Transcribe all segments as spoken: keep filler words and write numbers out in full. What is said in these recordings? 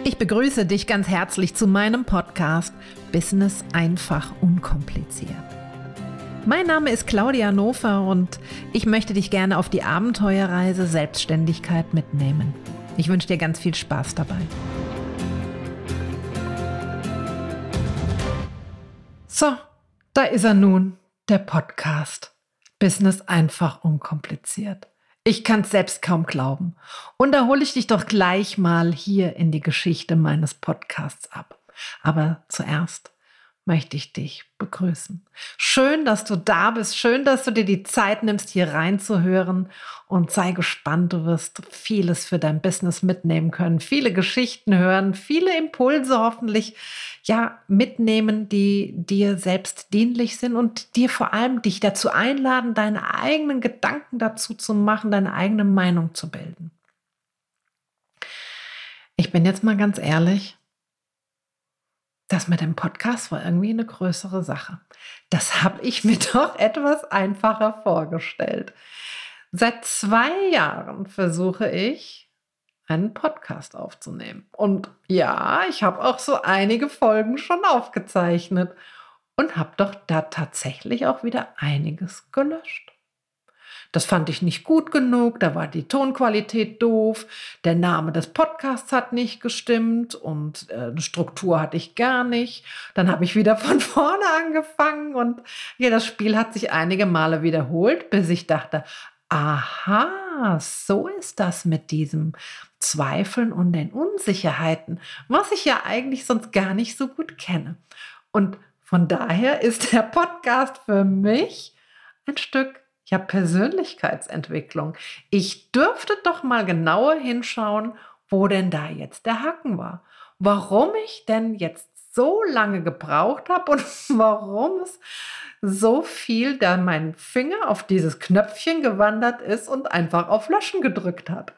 Ich begrüße dich ganz herzlich zu meinem Podcast Business einfach unkompliziert. Mein Name ist Claudia Nofer und ich möchte dich gerne auf die Abenteuerreise Selbstständigkeit mitnehmen. Ich wünsche dir ganz viel Spaß dabei. So, da ist er nun, der Podcast Business einfach unkompliziert. Ich kann es selbst kaum glauben. Und da hole ich dich doch gleich mal hier in die Geschichte meines Podcasts ab. Aber zuerst möchte ich dich begrüßen. Schön, dass du da bist. Schön, dass du dir die Zeit nimmst, hier reinzuhören. Und sei gespannt, du wirst vieles für dein Business mitnehmen können. Viele Geschichten hören, viele Impulse hoffentlich ja mitnehmen, die dir selbst dienlich sind und dir vor allem dich dazu einladen, deine eigenen Gedanken dazu zu machen, deine eigene Meinung zu bilden. Ich bin jetzt mal ganz ehrlich, das mit dem Podcast war irgendwie eine größere Sache. Das habe ich mir doch etwas einfacher vorgestellt. Seit zwei Jahren versuche ich, einen Podcast aufzunehmen. Und ja, ich habe auch so einige Folgen schon aufgezeichnet und habe doch da tatsächlich auch wieder einiges gelöscht. Das fand ich nicht gut genug, da war die Tonqualität doof, der Name des Podcasts hat nicht gestimmt und äh, eine Struktur hatte ich gar nicht. Dann habe ich wieder von vorne angefangen und ja, das Spiel hat sich einige Male wiederholt, bis ich dachte, aha, so ist das mit diesem Zweifeln und den Unsicherheiten, was ich ja eigentlich sonst gar nicht so gut kenne. Und von daher ist der Podcast für mich ein Stück ja, Persönlichkeitsentwicklung. Ich dürfte doch mal genauer hinschauen, wo denn da jetzt der Haken war. Warum ich denn jetzt so lange gebraucht habe und warum es so viel da mein Finger auf dieses Knöpfchen gewandert ist und einfach auf Löschen gedrückt hat.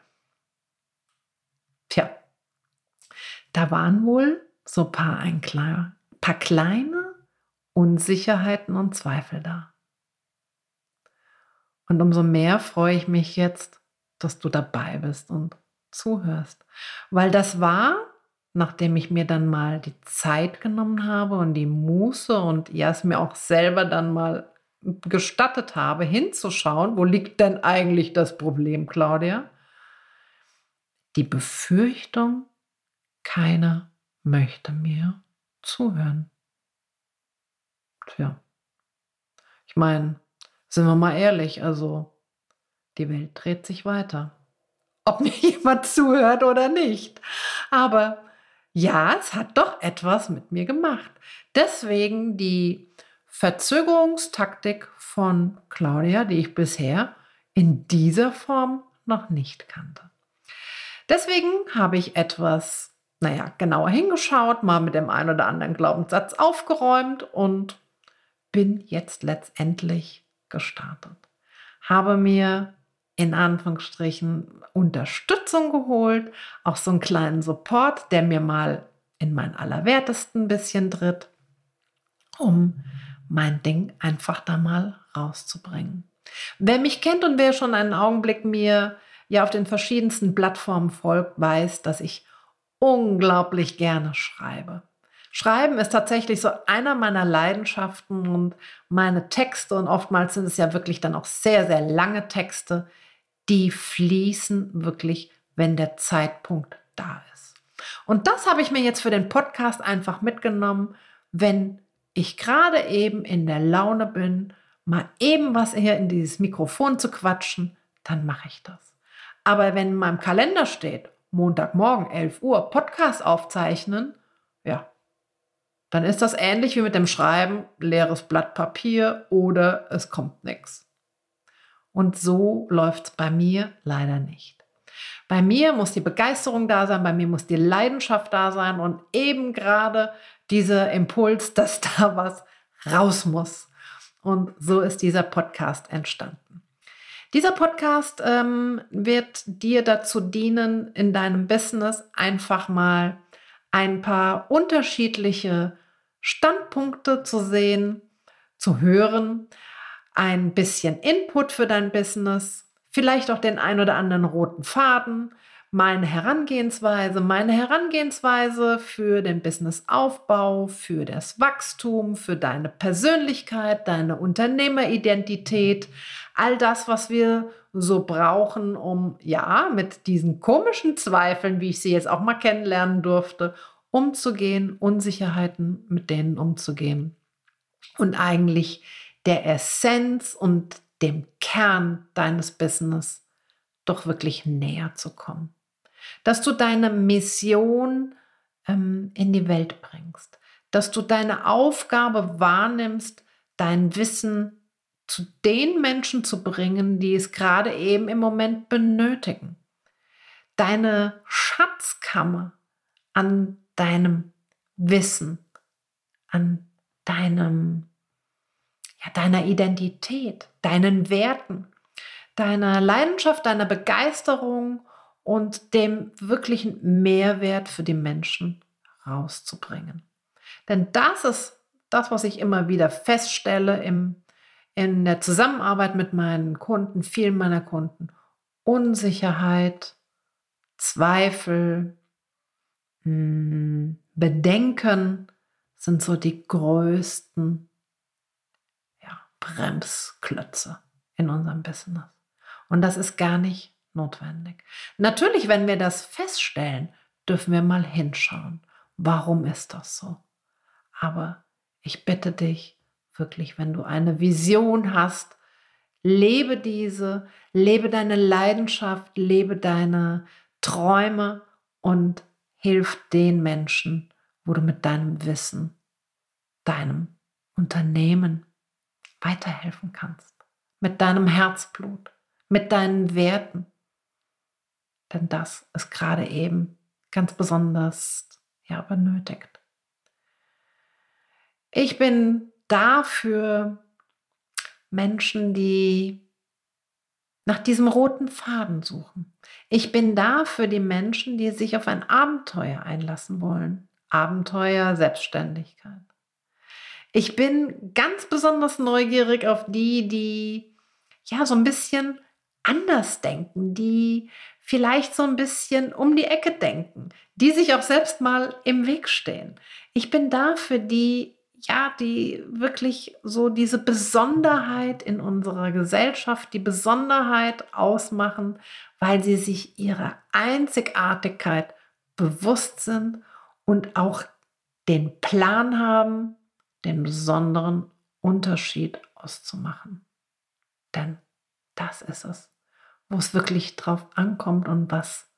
Tja, da waren wohl so ein paar, ein kleiner, paar kleine Unsicherheiten und Zweifel da. Und umso mehr freue ich mich jetzt, dass du dabei bist und zuhörst. Weil das war, nachdem ich mir dann mal die Zeit genommen habe und die Muße und ja, es mir auch selber dann mal gestattet habe, hinzuschauen, wo liegt denn eigentlich das Problem, Claudia? Die Befürchtung, keiner möchte mir zuhören. Tja, ich meine, sind wir mal ehrlich, also die Welt dreht sich weiter. Ob mir jemand zuhört oder nicht. Aber ja, es hat doch etwas mit mir gemacht. Deswegen die Verzögerungstaktik von Claudia, die ich bisher in dieser Form noch nicht kannte. Deswegen habe ich etwas, naja, genauer hingeschaut, mal mit dem einen oder anderen Glaubenssatz aufgeräumt und bin jetzt letztendlich gestartet. Habe mir in Anführungsstrichen Unterstützung geholt, auch so einen kleinen Support, der mir mal in mein Allerwertesten ein bisschen tritt, um mein Ding einfach da mal rauszubringen. Wer mich kennt und wer schon einen Augenblick mir ja auf den verschiedensten Plattformen folgt, weiß, dass ich unglaublich gerne schreibe. Schreiben ist tatsächlich so einer meiner Leidenschaften und meine Texte, und oftmals sind es ja wirklich dann auch sehr, sehr lange Texte, die fließen wirklich, wenn der Zeitpunkt da ist. Und das habe ich mir jetzt für den Podcast einfach mitgenommen, wenn ich gerade eben in der Laune bin, mal eben was hier in dieses Mikrofon zu quatschen, dann mache ich das. Aber wenn in meinem Kalender steht, Montagmorgen elf Uhr Podcast aufzeichnen, ja, dann ist das ähnlich wie mit dem Schreiben, leeres Blatt Papier oder es kommt nichts. Und so läuft es bei mir leider nicht. Bei mir muss die Begeisterung da sein, bei mir muss die Leidenschaft da sein und eben gerade dieser Impuls, dass da was raus muss. Und so ist dieser Podcast entstanden. Dieser Podcast ähm, wird dir dazu dienen, in deinem Business einfach mal ein paar unterschiedliche Standpunkte zu sehen, zu hören, ein bisschen Input für dein Business, vielleicht auch den ein oder anderen roten Faden, meine Herangehensweise, meine Herangehensweise für den Businessaufbau, für das Wachstum, für deine Persönlichkeit, deine Unternehmeridentität, all das, was wir so brauchen, um ja mit diesen komischen Zweifeln, wie ich sie jetzt auch mal kennenlernen durfte, umzugehen, Unsicherheiten mit denen umzugehen und eigentlich der Essenz und dem Kern deines Business doch wirklich näher zu kommen. Dass du deine Mission ähm, in die Welt bringst, dass du deine Aufgabe wahrnimmst, dein Wissen zu den Menschen zu bringen, die es gerade eben im Moment benötigen. Deine Schatzkammer an deinem Wissen, an deinem, ja, deiner Identität, deinen Werten, deiner Leidenschaft, deiner Begeisterung und dem wirklichen Mehrwert für die Menschen rauszubringen. Denn das ist das, was ich immer wieder feststelle im, in der Zusammenarbeit mit meinen Kunden, vielen meiner Kunden. Unsicherheit, Zweifel, mh, Bedenken sind so die größten ja, Bremsklötze in unserem Business. Und das ist gar nicht notwendig. Natürlich, wenn wir das feststellen, dürfen wir mal hinschauen. Warum ist das so? Aber ich bitte dich wirklich, wenn du eine Vision hast, lebe diese, lebe deine Leidenschaft, lebe deine Träume und hilf den Menschen, wo du mit deinem Wissen, deinem Unternehmen weiterhelfen kannst. Mit deinem Herzblut, mit deinen Werten. Denn das ist gerade eben ganz besonders ja, benötigt. Ich bin da für Menschen, die nach diesem roten Faden suchen. Ich bin da für die Menschen, die sich auf ein Abenteuer einlassen wollen. Abenteuer Selbstständigkeit. Ich bin ganz besonders neugierig auf die, die ja so ein bisschen anders denken, die vielleicht so ein bisschen um die Ecke denken, die sich auch selbst mal im Weg stehen. Ich bin da für die, ja, die wirklich so diese Besonderheit in unserer Gesellschaft, die Besonderheit ausmachen, weil sie sich ihrer Einzigartigkeit bewusst sind und auch den Plan haben, den besonderen Unterschied auszumachen. Denn das ist es, wo es wirklich drauf ankommt und was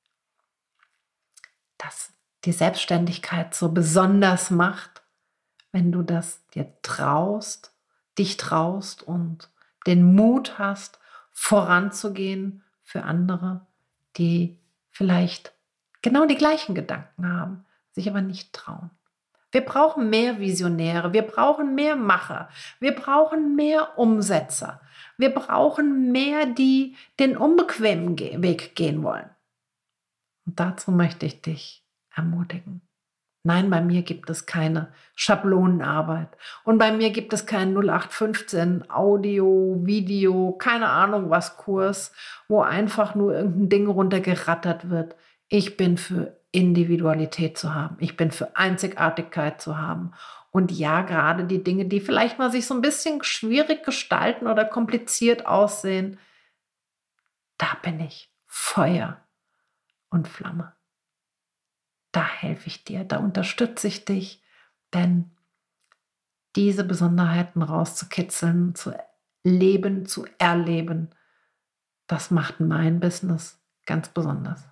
das die Selbstständigkeit so besonders macht, wenn du das dir traust, dich traust und den Mut hast, voranzugehen für andere, die vielleicht genau die gleichen Gedanken haben, sich aber nicht trauen. Wir brauchen mehr Visionäre, wir brauchen mehr Macher, wir brauchen mehr Umsetzer, wir brauchen mehr, die den unbequemen Weg gehen wollen. Und dazu möchte ich dich ermutigen. Nein, bei mir gibt es keine Schablonenarbeit. Und bei mir gibt es keinen null acht fünfzehn Audio, Video, keine Ahnung was Kurs, wo einfach nur irgendein Ding runtergerattert wird. Ich bin für Individualität zu haben. Ich bin für Einzigartigkeit zu haben. Und ja, gerade die Dinge, die vielleicht mal sich so ein bisschen schwierig gestalten oder kompliziert aussehen, da bin ich Feuer und Flamme. Da helfe ich dir, da unterstütze ich dich, denn diese Besonderheiten rauszukitzeln, zu leben, zu erleben, das macht mein Business ganz besonders.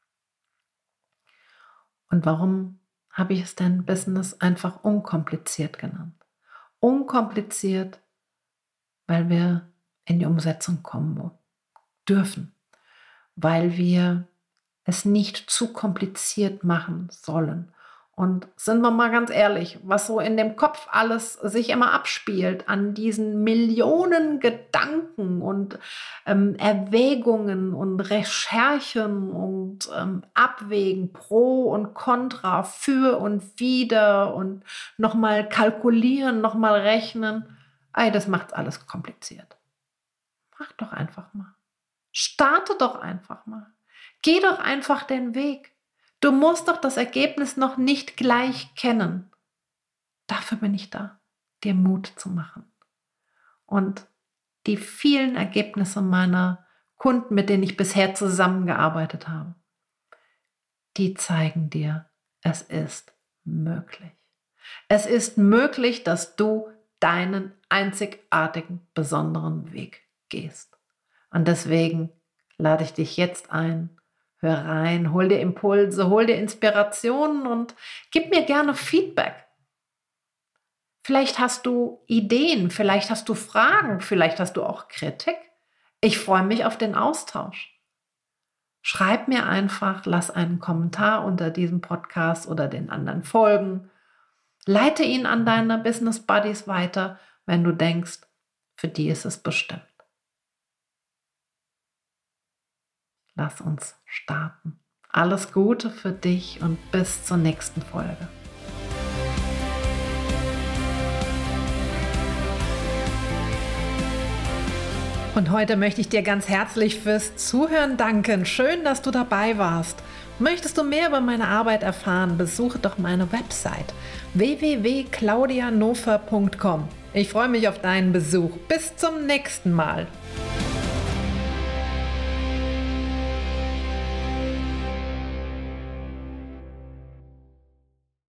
Und warum habe ich es denn Business einfach unkompliziert genannt? Unkompliziert, weil wir in die Umsetzung kommen dürfen, weil wir es nicht zu kompliziert machen sollen. Und sind wir mal ganz ehrlich, was so in dem Kopf alles sich immer abspielt an diesen Millionen Gedanken und ähm, Erwägungen und Recherchen und ähm, Abwägen, Pro und Contra, für und wider und nochmal kalkulieren, nochmal rechnen. Ey, das macht alles kompliziert. Mach doch einfach mal. Starte doch einfach mal. Geh doch einfach den Weg. Du musst doch das Ergebnis noch nicht gleich kennen. Dafür bin ich da, dir Mut zu machen. Und die vielen Ergebnisse meiner Kunden, mit denen ich bisher zusammengearbeitet habe, die zeigen dir, es ist möglich. Es ist möglich, dass du deinen einzigartigen, besonderen Weg gehst. Und deswegen lade ich dich jetzt ein, hör rein, hol dir Impulse, hol dir Inspirationen und gib mir gerne Feedback. Vielleicht hast du Ideen, vielleicht hast du Fragen, vielleicht hast du auch Kritik. Ich freue mich auf den Austausch. Schreib mir einfach, lass einen Kommentar unter diesem Podcast oder den anderen Folgen. Leite ihn an deine Business Buddies weiter, wenn du denkst, für die ist es bestimmt. Lass uns starten. Alles Gute für dich und bis zur nächsten Folge. Und heute möchte ich dir ganz herzlich fürs Zuhören danken. Schön, dass du dabei warst. Möchtest du mehr über meine Arbeit erfahren, besuche doch meine Website w w w punkt claudia nofer punkt com. Ich freue mich auf deinen Besuch. Bis zum nächsten Mal.